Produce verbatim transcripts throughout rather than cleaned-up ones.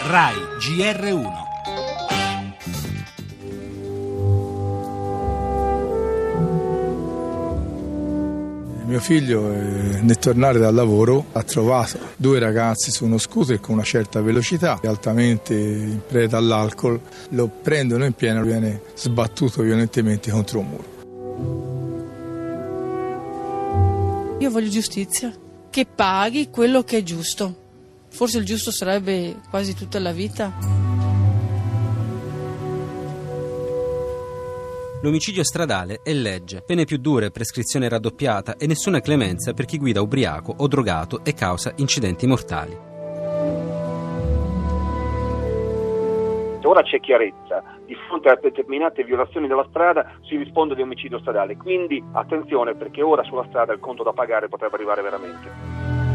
Rai G R uno. Mio figlio, eh, nel tornare dal lavoro, ha trovato due ragazzi su uno scooter con una certa velocità, altamente in preda all'alcol, lo prendono in pieno e viene sbattuto violentemente contro un muro. Io voglio giustizia, che paghi quello che è giusto. Forse il giusto sarebbe quasi tutta la vita. L'omicidio stradale è legge, pene più dure, prescrizione raddoppiata e nessuna clemenza per chi guida ubriaco o drogato e causa incidenti mortali. Ora c'è chiarezza, di fronte a determinate violazioni della strada si risponde di omicidio stradale, quindi attenzione perché ora sulla strada il conto da pagare potrebbe arrivare veramente.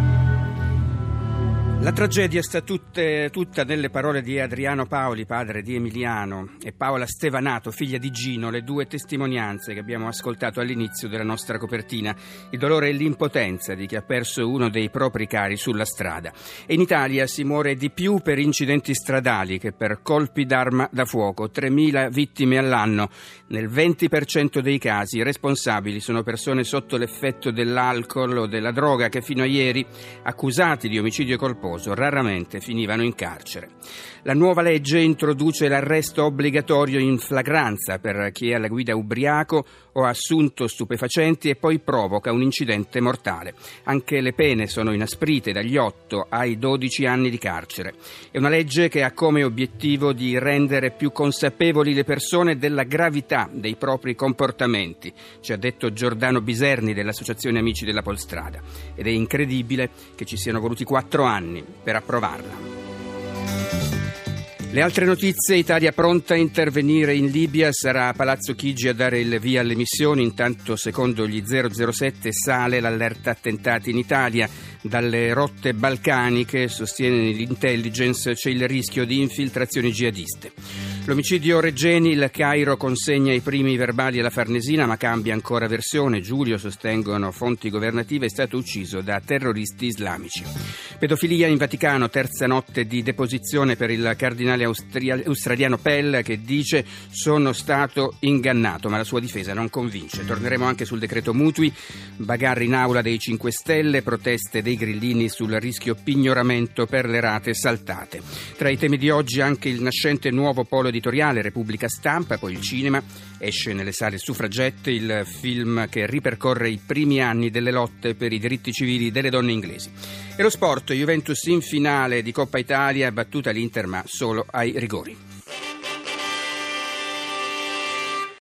La tragedia sta tutte, tutta nelle parole di Adriano Paoli, padre di Emiliano, e Paola Stevanato, figlia di Gino, le due testimonianze che abbiamo ascoltato all'inizio della nostra copertina. Il dolore e l'impotenza di chi ha perso uno dei propri cari sulla strada. E in Italia si muore di più per incidenti stradali che per colpi d'arma da fuoco, tremila vittime all'anno. Nel venti per cento dei casi i responsabili sono persone sotto l'effetto dell'alcol o della droga che fino a ieri, accusati di omicidio colposo, raramente finivano in carcere. La nuova legge introduce l'arresto obbligatorio in flagranza per chi è alla guida ubriaco o ha assunto stupefacenti e poi provoca un incidente mortale. Anche le pene sono inasprite dagli otto ai dodici anni di carcere. È una legge che ha come obiettivo di rendere più consapevoli le persone della gravità dei propri comportamenti, ci ha detto Giordano Biserni dell'Associazione Amici della Polstrada. Ed è incredibile che ci siano voluti quattro anni per approvarla. Le altre notizie: Italia pronta a intervenire in Libia, sarà Palazzo Chigi a dare il via alle missioni. Intanto, secondo gli zero zero sette, sale l'allerta attentati in Italia. Dalle rotte balcaniche, sostiene l'intelligence, c'è il rischio di infiltrazioni jihadiste. L'omicidio Regeni, il Cairo consegna i primi verbali alla Farnesina, ma cambia ancora versione. Giulio, sostengono fonti governative, è stato ucciso da terroristi islamici. Pedofilia in Vaticano, terza notte di deposizione per il cardinale austria- australiano Pell, che dice: sono stato ingannato, ma la sua difesa non convince. Torneremo anche sul decreto mutui, bagarre in aula dei cinque Stelle, proteste dei grillini sul rischio pignoramento per le rate saltate. Tra i temi di oggi anche il nascente nuovo polo editoriale Repubblica Stampa, poi il cinema. Esce nelle sale Suffragette il film che ripercorre i primi anni delle lotte per i diritti civili delle donne inglesi. E lo sport: Juventus in finale di Coppa Italia, battuta l'Inter ma solo ai rigori.